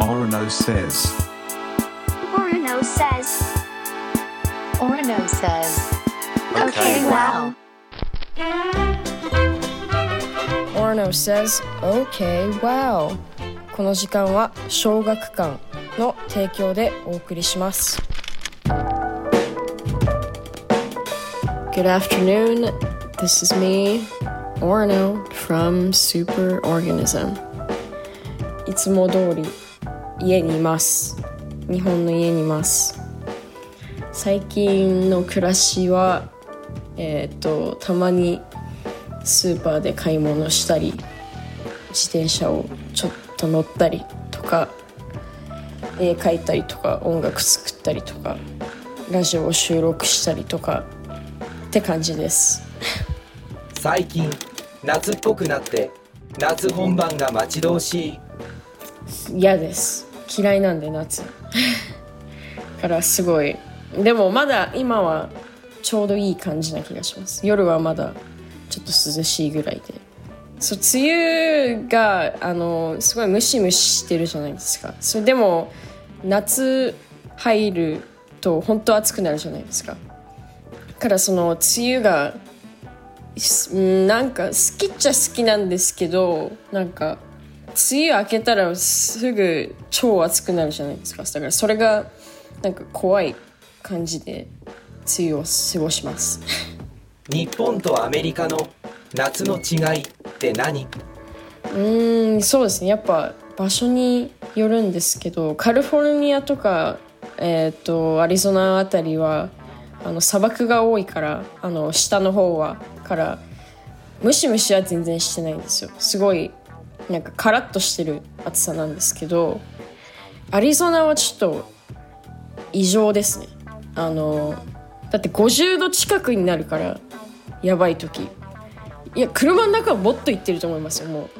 Orono says. Orono says. Orono says. Okay, wow. Orono says, okay, wow. この時間は小学館の提供でお送りします。Good afternoon. This is me, Orono from Superorganism. いつも通り家にいます。日本の家にいます。最近の暮らしは、たまにスーパーで買い物したり、自転車をちょっと乗ったりとか、絵描いたりとか、音楽作ったりとか、ラジオを収録したりとかって感じです。 最近夏っぽくなって夏本番が待ち遠しい。 嫌です。嫌いなんで夏からすごい。でもまだ今はちょうどいい感じな気がします。夜はまだちょっと涼しいぐらいで。そう、梅雨がすごいムシムシしてるじゃないですか。それでも夏入ると本当暑くなるじゃないですか。だからその梅雨がなんか好きっちゃ好きなんですけど、なんか梅雨明けたらすぐ超暑くなるじゃないですか。だからそれがなんか怖い感じで梅雨を過ごします日本とアメリカの夏の違いって何？ そうですね。やっぱ場所によるんですけど、カリフォルニアとか、アリゾナあたりは砂漠が多いから、下の方はからムシムシは全然してないんですよ。すごいなんかカラッとしてる暑さなんですけど、アリゾナはちょっと異常ですね。だって50度近くになるからやばい時。いや、車の中はもっと行ってると思いますよ。もう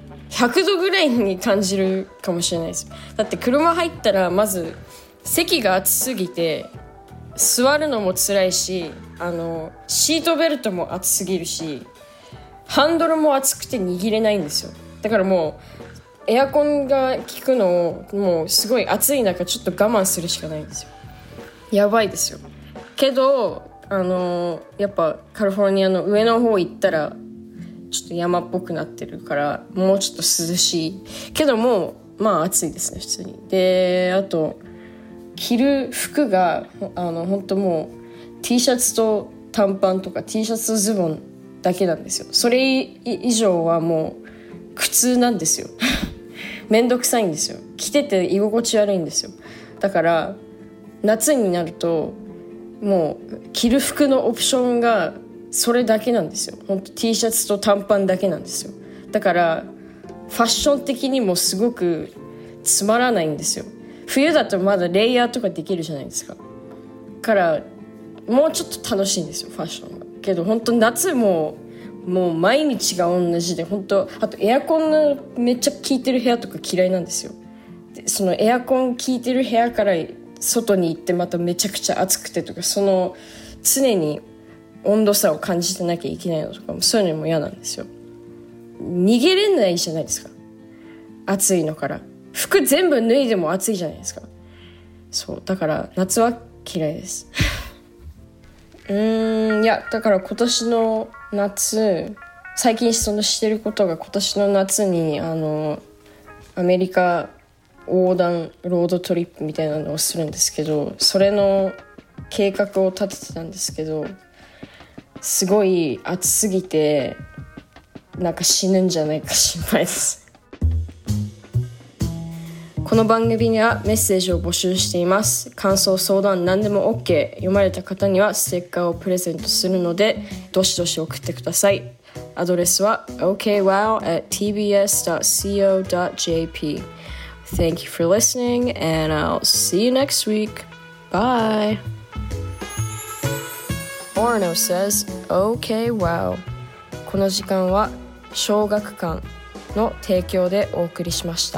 100度ぐらいに感じるかもしれないです。だって車入ったらまず席が暑すぎて座るのも辛いし、シートベルトも暑すぎるし、ハンドルも暑くて握れないんですよ。だからもうエアコンが効くのをもうすごい暑い中ちょっと我慢するしかないんですよ。やばいですよ。けどやっぱカリフォルニアの上の方行ったらちょっと山っぽくなってるからもうちょっと涼しいけども、まあ暑いですね普通に。で、あと着る服が本当もう T シャツと短パンとか T シャツとズボンだけなんですよ。それ以上はもう苦痛なんですよめんどくさいんですよ。着てて居心地悪いんですよ。だから夏になるともう着る服のオプションがそれだけなんですよ。本当 T シャツと短パンだけなんですよ。だからファッション的にもすごくつまらないんですよ。冬だとまだレイヤーとかできるじゃないですか。からもうちょっと楽しいんですよファッションが。けど本当夏もう毎日が同じで、本当あとエアコンのめっちゃ効いてる部屋とか嫌いなんですよ。でそのエアコン効いてる部屋から外に行ってまためちゃくちゃ暑くてとか、その常に温度差を感じてなきゃいけないのとかも、そういうのも嫌なんですよ。逃げれないじゃないですか、暑いのから。服全部脱いでも暑いじゃないですか。そうだから夏は嫌いですいやだから今年の夏、最近してることが、今年の夏にアメリカ横断ロードトリップみたいなのをするんですけど、それの計画を立ててたんですけど、すごい暑すぎてなんか死ぬんじゃないか心配です。この番組にはメッセージを募集しています。感想、相談何でも OK。 読まれた方にはステッカーをプレゼントするのでどしどし送ってください。アドレスは okwow@tbs.co.jp。 Thank you for listening and I'll see you next week. Bye. Orono says, okay, wow. この時間は小学館の提供でお送りしました。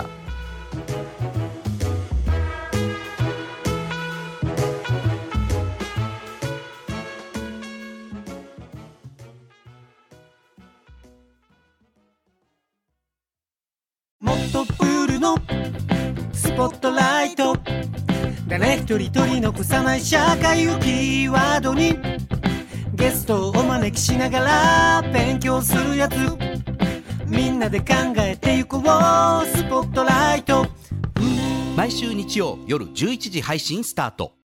もっとプールのスポットライト、誰一人取り残さない社会をキーワードにゲストをお招きしながら勉強するやつ、みんなで考えてゆこうスポットライト。 毎週日曜夜11時配信スタート。